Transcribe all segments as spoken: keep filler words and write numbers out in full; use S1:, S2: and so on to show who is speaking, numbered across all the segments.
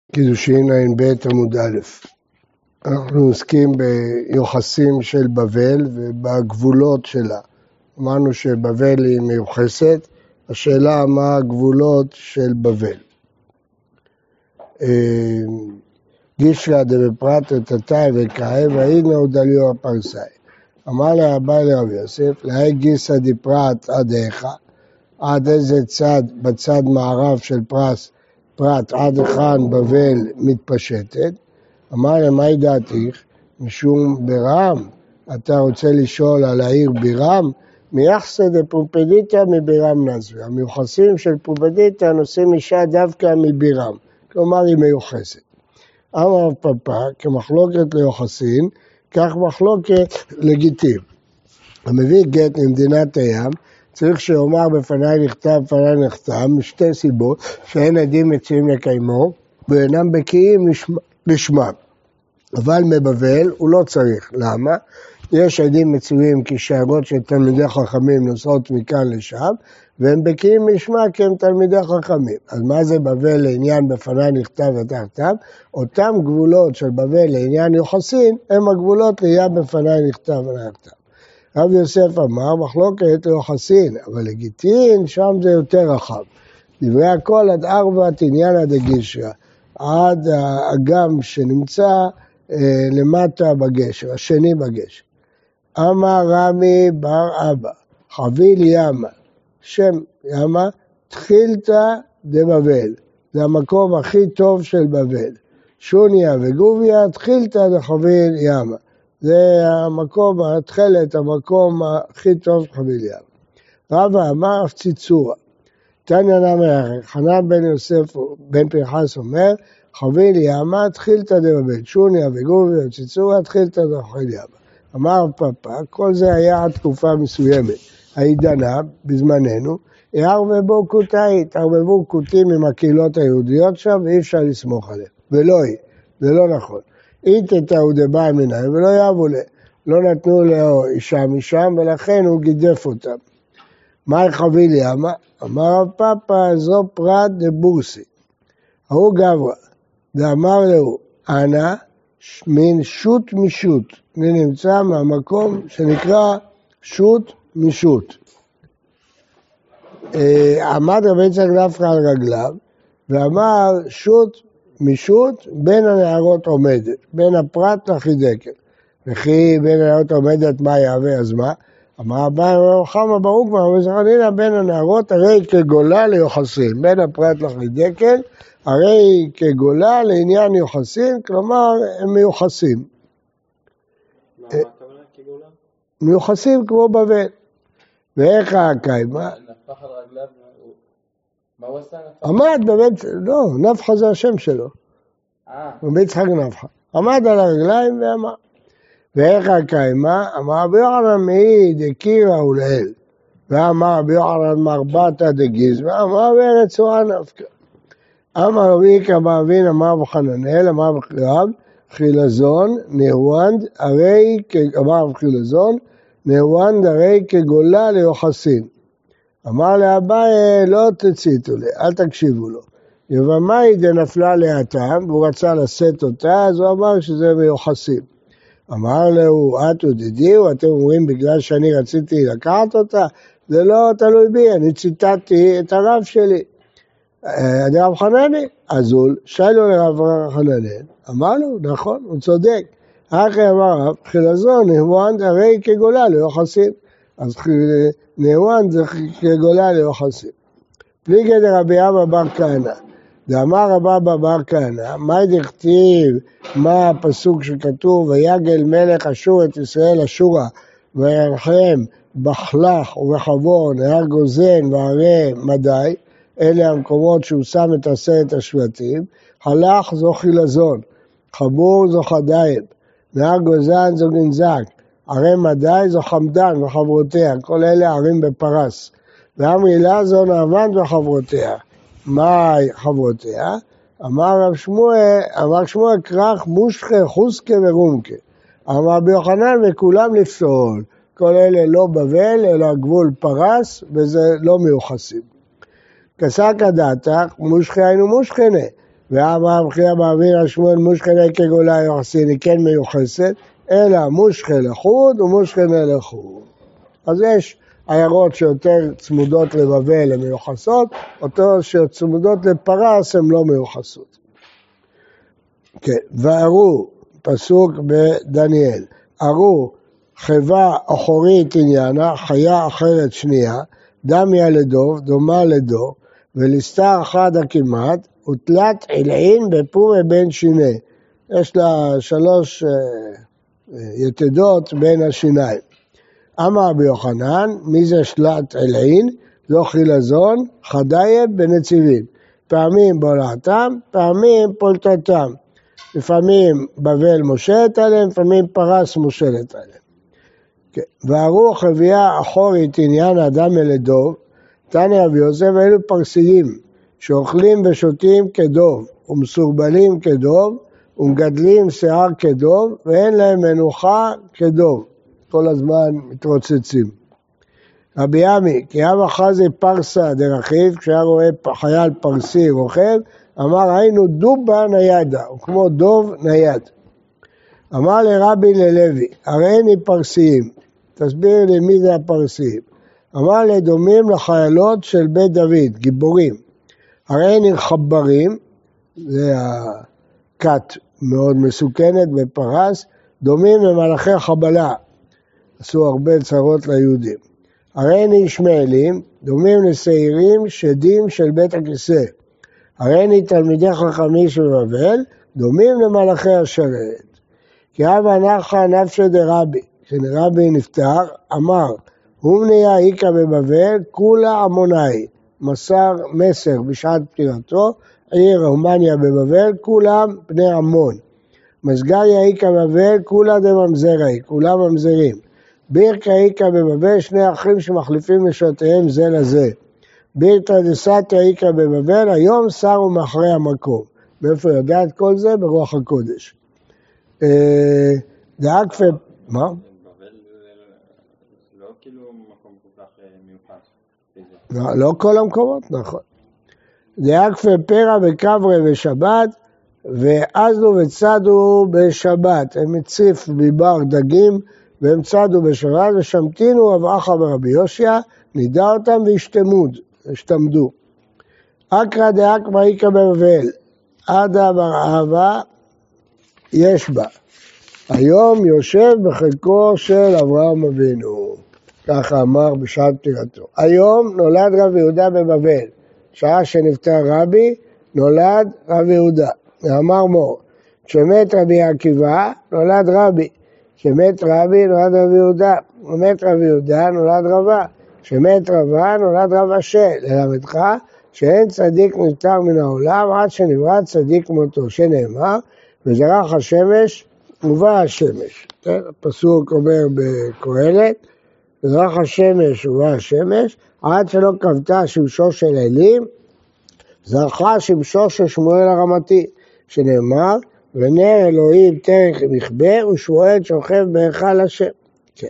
S1: קידושין ע"ב עמוד א'. אנחנו עוסקים ביוחסים של בבל ובגבולות שלה. אמרנו שבבל היא מיוחסת, השאלה מה הגבולות של בבל. גישרא דבפרט ותתאי וקאי והאיגנא ודליו הפרסאי. אמר לה אביי לרבי יוסף, להי גיסא דפרט עד איכה, עד איזה צד בצד מערב של פרס, פרט עד היכן בבל מתפשטת. אמר לה, מהי דעתך? משום בירם, אתה רוצה לשאול על העיר בירם? מיחסא דפרופדיטא מבירם נזבי. המיוחסים של פרופדיטא נושאים אישה דווקא מבירם, כלומר היא מיוחסת. אמר פפא, כמחלוקת ליוחסין, כך מחלוקת לגיטים. המביא גט למדינת הים, צריך שאומר בפניי נכתב, בפניי נחתם, משתי סיבות, שאין עדים מצויים לקיימו, ואינם בקיאים לשמם. אבל מבבל הוא לא צריך. למה? יש עדים מצויים כשיירות של תלמידי חכמים נוסעות מכאן לשם, והם בקיאים לשמה כי הם תלמידי חכמים. אז מה זה בבל לעניין בפניי נכתב ותחתם? אותם גבולות של בבל לעניין יוחסין, הם הגבולות לעניין בפניי נכתב ותחתם. רב יוסף אמר, מחלוקת ליוחסין, אבל לגיטין שם זה יותר רחב. דברי הכל עד ארבעת עניינא דגישרא, עד האגם שנמצא אה, למטה בגשר, השני בגשר. אמר רמי בר אבא, חביל ימה, שם ימה, תחילתא דבבל, זה המקום הכי טוב של בבל. שוניה וגוביה, תחילתא דחביל ימה. זה המקום, התחלת, המקום הכי טוב של חביל ים. רבא אמר אף ציצורה. תניא נמי חנן בן יוסף בן פנחס אומר, חביל ימה תחילתא דבבל, שוניה וגוביה וציצורה תחילתא דחביל ימה. אמר פפא, כל זה היה עד תקופה מסוימת. העידנה בזמננו, הערבבו קוטאית, ערבבו קוטים עם הקהילות היהודיות שם, ואי אפשר לסמוך עליהם. ולא היא, זה לא נכון. איתתא הוא דבאי מנהל ולא יאהבו לה, לא נתנו לו אישה משם ולכן הוא גידף אותם. מהי חביל ימה? אמר פפא זו פרט דבורסי. ההוא גברא, ואמר לו, אנא מן שוט משוט, אני נמצא מהמקום שנקרא שוט משוט. עמד רבי יצחק נפחא על רגליו ואמר שוט משוט בין הנערות עומדת, בין הפרט לחידקל. וכי בין הנערות עומדת מה יהווה, אז מה? אמר אביי חמא ברוך כבר, וזכרינא בין הנערות הרי כגולה ליוחסין, בין הפרט לחידקל, הרי כגולה לעניין יוחסין, כלומר הם מיוחסים.
S2: מה הכוונה כגולה?
S1: מיוחסים כמו בבל. ואיך הקיימה?
S2: נפח על רגליו, מה הוא עשה?
S1: עמד בבית, לא, נפחא זה השם שלו.
S2: אה.
S1: רבי יצחק נפחא. עמד על הרגליים ואמר. ואיך הקיימה? אמר רבי יוחנן מעיד, הכירה ולאל. ואמר רבי יוחנן מרבתא דגיזמא, אמר ברצועה נפקא. אמר רבי יקרא בר אבינא אמר רבי חננאל, אמר רבי חייא, חילזון, נהוונד, הרי, אמר רבי חילזון, נהוונד הרי כגולה ליוחסין. אמר לאביי, לא תציתו לי, אל תקשיבו לו. יבמאי דנפלה לאטם, והוא רצה לשאת אותה, אז הוא אמר שזה מיוחסים. אמר לו, את יודידיו, אתם אומרים בגלל שאני רציתי לקחת אותה? זה לא תלוי בי, אני ציטטתי את הרב שלי. אני רב חנני, אזול, שאלו לרב חנני, אמר לו, נכון, הוא צודק. אחרי אמר רב, חילזון, נהוונד הרי כגולה ליוחסין. אז נהוונד זה כגולה ליוחסין. פליגי דרבי אבא בר כהנא, דאמר רבא אבא בר כהנא, מה דכתיב, מה הפסוק שכתוב, ויגל מלך אשור את ישראל אשורה, וירחם בחלך ובחבור, נהר גוזן והרי מדי, אלה המקומות שהוא שם את עשרת השבטים, חלך זו חילזון, חבור זו חדיים, נהר גוזן זו גנזק, ערי מדי זו חמדן וחברותיה, כל אלה ערים בפרס. והמילה זו נאמן וחברותיה. מה חברותיה? אמר רב שמואל, אמר שמואל כרך מושכה חוסקה ורומקה. אמר רבי יוחנן וכולם לפסול. כל אלה לא בבל אלא גבול פרס וזה לא מיוחסים. כסקא דעתך מושכה היינו מושכנה. ואברהם חיה באוויר השמואל מושכנה כגולה יוחסין, היא כן מיוחסת, אלא מושכה לחוד ומושכנה לחוד. אז יש עיירות שיותר צמודות לבבל הן מיוחסות, אותו שצמודות לפרס הן לא מיוחסות. כן, וארו, פסוק בדניאל, ארו חווה אחורית עניינה, חיה אחרת שנייה, דמיה לדוב, דומה לדוב, ולסתר חד הכמעט, ותלת עילעין בפומי בין שיני. יש לה שלוש uh, יתדות בין השיניים. אמר רבי יוחנן, מי זה שלט עילעין? זו חילזון, חדייב בנציבים. פעמים בולעתם, פעמים פולטתם. לפעמים בבל מושלת עליהם, לפעמים פרס מושלת עליהם. כן. והרו חוויה אחורית עניין אדם אלדוב, תניא רבי יוסף, אלו פרסיים, שאוכלים ושותים כדוב, ומסורבלים כדוב, ומגדלים שיער כדוב, ואין להם מנוחה כדוב. כל הזמן מתרוצצים. רבי עמי, כי אבא חזי פרסה דרכיב, כשהיה רואה חייל פרסי רוכב, אמר היינו דובה ניידה, הוא כמו דוב נייד. אמר לרבי ללוי, הרי איני פרסיים, תסביר לי מי זה הפרסיים. אמר לדומים לחיילות של בית דוד, גיבורים. הרי איני חברים, זה הכת מאוד מסוכנת בפרס, דומים למלאכי חבלה, עשו הרבה צרות ליהודים. הרי איני ישמעאלים, דומים לשעירים שדים של בית הכיסא. הרי איני תלמידי חכמים של בבל, דומים למלאכי השרת. כי אבא נחה נפשי דרבי, כשרבי נפטר, אמר, הומניה איקה בבבל, כולה עמונאי, מסר מסר בשעת פטירתו, עיר רומניה בבבל, כולם בני עמון. מסגריה איקה בבבל, כולה דממזרי, כולם ממזרים. בירקה איקה בבבל, שני אחים שמחליפים נשותיהם זה לזה. בירתא דסתיא איקה בבבל, היום שרו מאחרי המקום. מאיפה יודע את כל זה? ברוח הקודש. דאג ו... מה?
S2: בבל לא כאילו מקום כל כך מיוחד.
S1: לא כל המקומות, נכון. דאג ופרע וקברה ושבת, ואזלו וצדו בשבת. הם הציף ביבר דגים, והם צדו בשבת, ושמתינו רב אחא ברבי יושע, נידע אותם והשתמוד, השתמדו. אקרא דאקמא איקא בבבל, עדה בר אהבה יש בה. היום יושב בחלקו של אברהם אבינו, ככה אמר בשעת פטירתו. היום נולד רב יהודה בבבל, שעה שנפטר רבי, נולד רב יהודה. אמר מור, כשמת רבי עקיבא, נולד רבי. כשמת רבי, נולד רב יהודה. כשמת רב יהודה, נולד רבה. כשמת רבה, נולד רב אשר. ללמדך שאין צדיק נפטר מן העולם עד שנברא צדיק מותו, שנאמר, וזרח השמש ובא השמש. הפסוק אומר בקהלת, וזרח השמש ובא השמש, עד שלא כבתה שמשו של אלים, זרחה שמשו של שמואל הרמתי, שנאמר, ונר אלוהים תרך מכבה, ושמואל שוכב בהיכל השם. כן.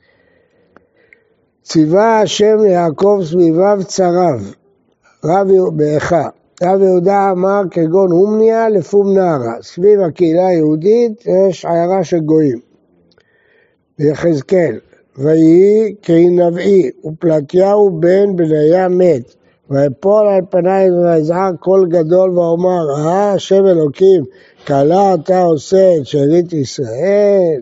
S1: ציווה השם ליעקב סביביו צריו, רב באחה. רב יהודה אמר כגון הומניה לפום נערה. סביב הקהילה היהודית יש עיירה של גויים. ויחזקאל, ויהי כנבאי, ופלטיהו בן בניה מת. ויפול על פניי ויזעק קול גדול ואומר, אה, השם אלוקים, כלה אתה עושה את שארית ישראל.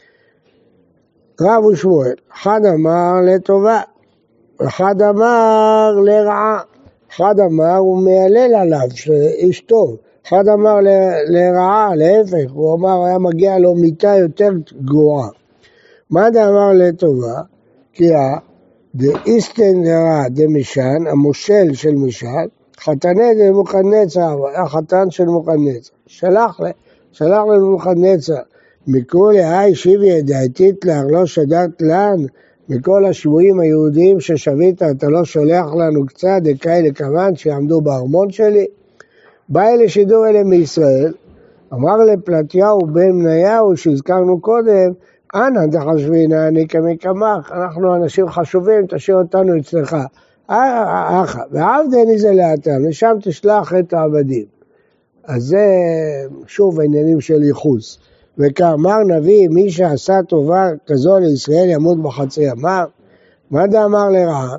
S1: רב ושמואל, אחד אמר לטובה, אחד אמר לרעה. אחד אמר, הוא מיילל עליו, שאיש טוב. אחד אמר לרעה, להפך, הוא אמר, היה מגיע לו מיטה יותר גרועה. מה דאמר לטובה? כי דאיסטן דרע דמשן, המושל של משל, חתני דנבוכדנצר, החתן של נבוכדנצר. שלח, שלח לנבוכדנצר, מקרוא להי שיבי ידעתית לך, לא שדרת לן, מכל השבויים היהודיים ששבית, אתה לא שולח לנו קצת, דקאי לכוון שיעמדו בארמון שלי. בא אלה שידור אלה מישראל, אמר לפלטיהו בן בניהו שהזכרנו קודם, אנא תחשבינה אני כמקמך, אנחנו אנשים חשובים, תשאיר אותנו אצלך. אחא, ועבדני זה לאתם, לשם תשלח את העבדים. אז זה שוב העניינים של ייחוס. וכאמר נביא, מי שעשה טובה כזו לישראל ימות בחצי ימיו. מה זה אמר לרעה?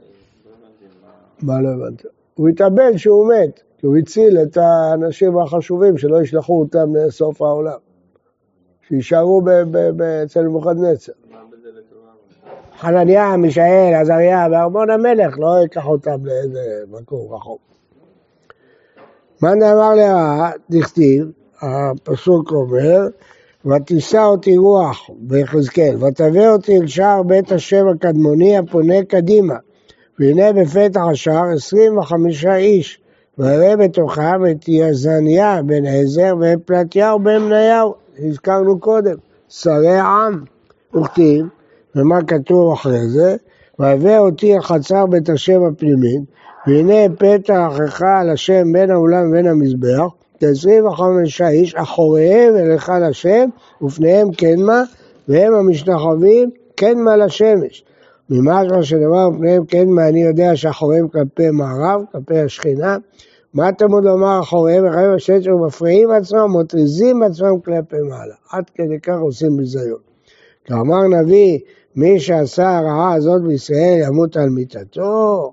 S1: מה לא הבנת? הוא התאבל שהוא מת, כי הוא הציל את האנשים החשובים שלא ישלחו אותם לסוף העולם. שישארו אצל נבוכדנצר. חנניה, מישאל, עזריה וארמון המלך לא ייקח אותם לאיזה מקום רחוק. מה נאמר לרעה? דכתיב, הפסוק אומר, ותישא אותי רוח ביחזקאל, ותביא אותי אל שער בית השם הקדמוני הפונה קדימה, והנה בפתח השער עשרים וחמישה איש, ויראה בתוכם את יזניה בן עזר ואת פלטיהו בן בניהו, הזכרנו קודם, שרי עם, וכתיב, ומה כתוב אחרי זה, ויביא אותי אל חצר בית השם הפנימית, והנה פתח היכל על השם בין האולם ובין המזבח, כ-עשרים וחמישה איש, אחוריהם אל היכל השם, ופניהם קדמה, והם המשתחווים קדמה לשמש. ממשמע שנאמר ופניהם קדמה, אני יודע שאחוריהם כלפי מערב, כלפי השכינה. מה תלמוד לומר אחוריהם? אחריהם השמש ומפריעים עצמם, מוטרזים עצמם כלפי מעלה. עד כדי כך עושים ביזיון. כאמר נביא, מי שעשה הרעה הזאת בישראל ימות על מיתתו.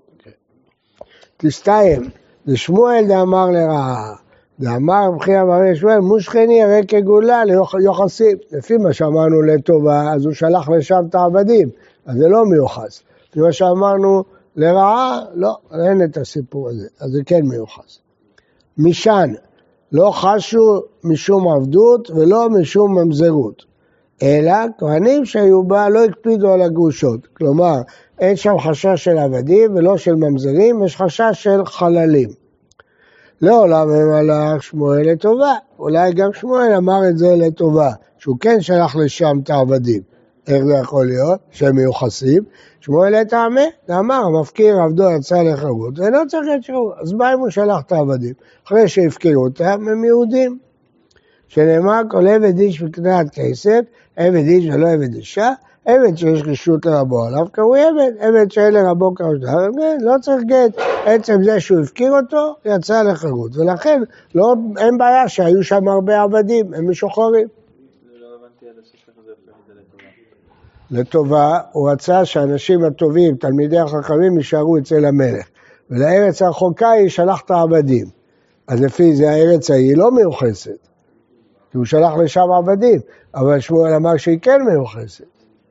S1: תסתיים, לשמואל דאמר לרעה. דאמר בכי אמר שמואל, מושכני הרי כגולה ליוחסים. לפי מה שאמרנו לטובה, אז הוא שלח לשם את העבדים, אז זה לא מיוחס. לפי מה שאמרנו לרעה, לא, אין את הסיפור הזה, אז זה כן מיוחס. משען, לא חשו משום עבדות ולא משום ממזרות, אלא כהנים שהיו בה לא הקפידו על הגרושות. כלומר, אין שם חשש של עבדים ולא של ממזרים, יש חשש של חללים. לעולם המלך שמואל לטובה, אולי גם שמואל אמר את זה לטובה, שהוא כן שלח לשם את העבדים. איך זה יכול להיות? שהם מיוחסים. שמואל לטעמה, אמר, המפקיר עבדו יצא לחירות, ואינו צריך את שירות. אז מה אם הוא שלח את העבדים? אחרי שהפקירו אותם, הם יהודים. שנאמר, כל עבד איש בקנת כסף, עבד איש ולא עבד אישה, עבד שיש רשות לרבו עליו, קראו עבד, עבד שאין לרבו קראו שדה, לא צריך גט, עצם זה שהוא הפקיר אותו, יצא לחירות, ולכן לא, אין בעיה שהיו שם הרבה עבדים, הם משוחררים.
S2: לא הבנתי עד השש הזה, זה לטובה.
S1: לטובה, הוא רצה שהאנשים הטובים, תלמידי החכמים, יישארו אצל המלך, ולארץ הרחוקה היא שלח את העבדים, אז לפי זה הארץ ההיא לא מיוחסת, כי הוא שלח לשם עבדים, אבל שמואל אמר שהיא כן מיוחסת.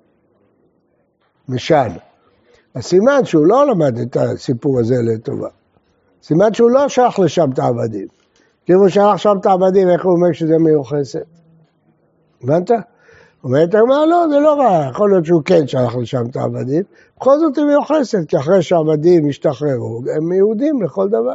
S1: משען. הסימן שהוא לא למד את הסיפור הזה לטובה. סימן שהוא לא שלח לשם את העבדים. כי אם הוא שלח שם את העבדים, איך הוא אומר שזה מיוחסת? הבנת? הוא אומר, אתה אומר, לא, זה לא רע. יכול להיות שהוא כן שלח לשם את העבדים. בכל זאת היא מיוחסת, כי אחרי שהעבדים השתחררו, הם יהודים לכל דבר.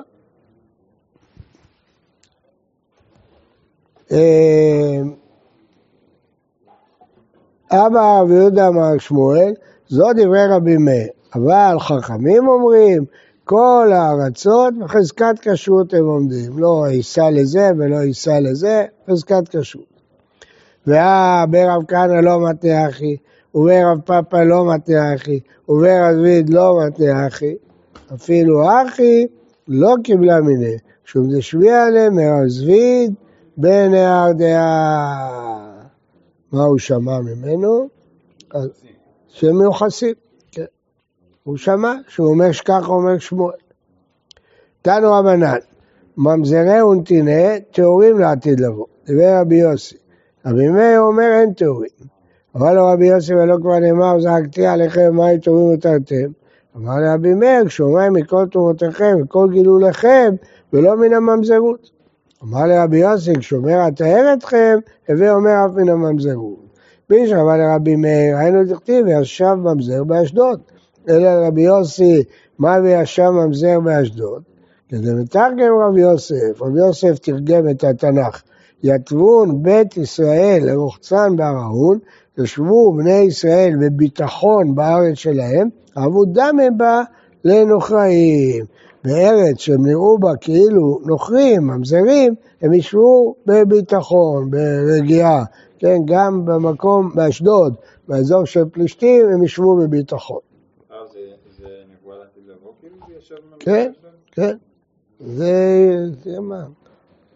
S1: אבא ויהודה אמר שמואל, זו דברי רבי מאיר, אבל חכמים אומרים, כל הארצות בחזקת כשרות הם עומדים, לא יישא לזה ולא יישא לזה, חזקת כשרות. וברב כהנא לא מתנה אחי, וברב פאפא לא מתנה אחי, וברב דוד לא מתנה אחי, אפילו אחי לא קיבלה מיניה, שום דשביע עליהם מרב זביד בנהר דעה. מה הוא שמע ממנו? שהם מיוחסים. כן. הוא שמע שהוא אומר שכך אומר שמואל. תנו רבנן, ממזרי ונתיני תיאורים לעתיד לבוא. דבר רבי יוסי. רבי מאיר אומר אין תיאורים. אבל לו רבי יוסי ולא כבר נאמר, זעקתי עליכם מה תיאורים אותרתם. אמר לרבי מאיר, שומע מכל תורותיכם וכל גילוליכם ולא מן הממזרות. אמר לרבי יוסי, כשאומר אתאר אתכם, הווה אומר אף מן הממזרות. בישר אמר לרבי מאיר, היינו דכתיב וישב ממזר באשדוד. אלא לרבי יוסי, מה וישב ממזר באשדוד? כדי מתרגם רבי יוסף, רבי יוסף תרגם את התנ"ך. יתבון בית ישראל לרוחצן בהרהון, ישבו בני ישראל בביטחון בארץ שלהם, עבו דם הם בה לנוכריים. בארץ שהם נראו בה כאילו נוכרים, ממזרים, הם ישבו בביטחון, ברגיעה. כן, גם במקום, באשדוד, באזור של פלישתים, הם ישבו בביטחון.
S2: אה, זה נבואה לעתיד לבוא, כאילו, וישב ממזר?
S1: כן, כן. זה, זה מה?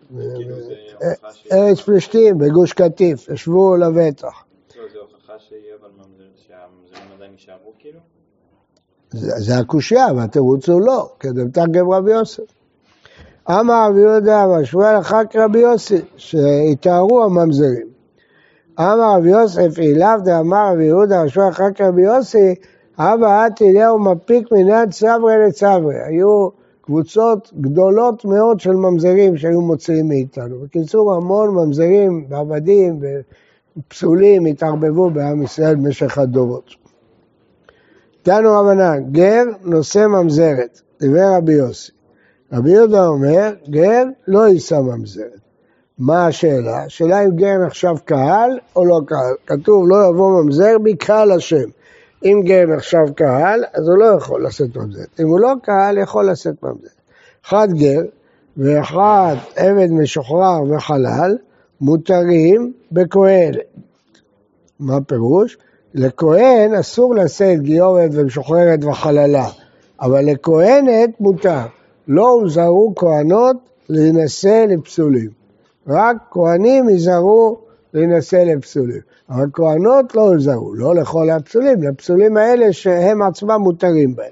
S1: ארץ פלישתים, בגוש קטיף, ישבו לבטח.
S2: לא, זה הוכחה שיהיה אבל שהממזרים עדיין יישארו כאילו?
S1: זה הקושיה, והתירוץ הוא לא, כדמתרגם רבי יוסי. אמר רבי יהודה משמע לחק רבי יוסי, שהתארו הממזרים. אמר רבי יוסף אליו דאמר רבי יהודה משמע לחק רבי יוסי, אבא עתי אליהו מפיק מנהד צברי לצברי. היו קבוצות גדולות מאוד של ממזרים שהיו מוצאים מאיתנו. בקיצור, המון ממזרים ועבדים ופסולים התערבבו בעם ישראל במשך הדורות. תנו רבנן, גר נושא ממזרת, דבר רבי יוסי. רבי יהודה אומר, גר לא יישא ממזרת. מה השאלה? השאלה אם גר נחשב קהל או לא קהל. כתוב לא יבוא ממזר בקהל השם. אם גר נחשב קהל, אז הוא לא יכול לשאת ממזרת. אם הוא לא קהל, יכול לשאת ממזרת. אחד גר ואחד עבד משוחרר וחלל, מותרים בכהן. מה הפירוש? לכהן אסור לשאת גיורת ומשוחררת וחללה, אבל לכהנת מותר. לא הוזהרו כהנות להינשא לפסולים. רק כהנים יזהרו להינשא לפסולים. אבל כהנות לא הוזהרו, לא לכל הפסולים, לפסולים האלה שהם עצמם מותרים בהם.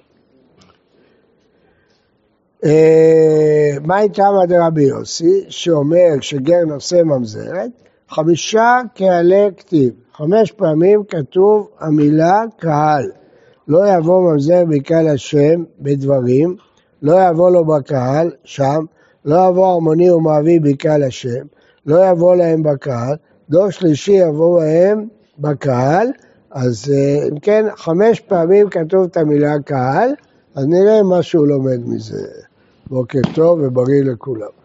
S1: מה איתמה דרבי יוסי, שאומר שגר נושא ממזרת, חמישה קהלי כתיב. חמש פעמים כתוב המילה קהל. לא יבוא ממזר בקהל השם בדברים, לא יבוא לו בקהל שם, לא יבוא הרמוני ומואבי בקהל השם, לא יבוא להם בקהל, דור שלישי יבוא להם בקהל. אז אם כן, חמש פעמים כתוב את המילה קהל, אז נראה מה שהוא לומד מזה. בוקר טוב ובריא לכולם.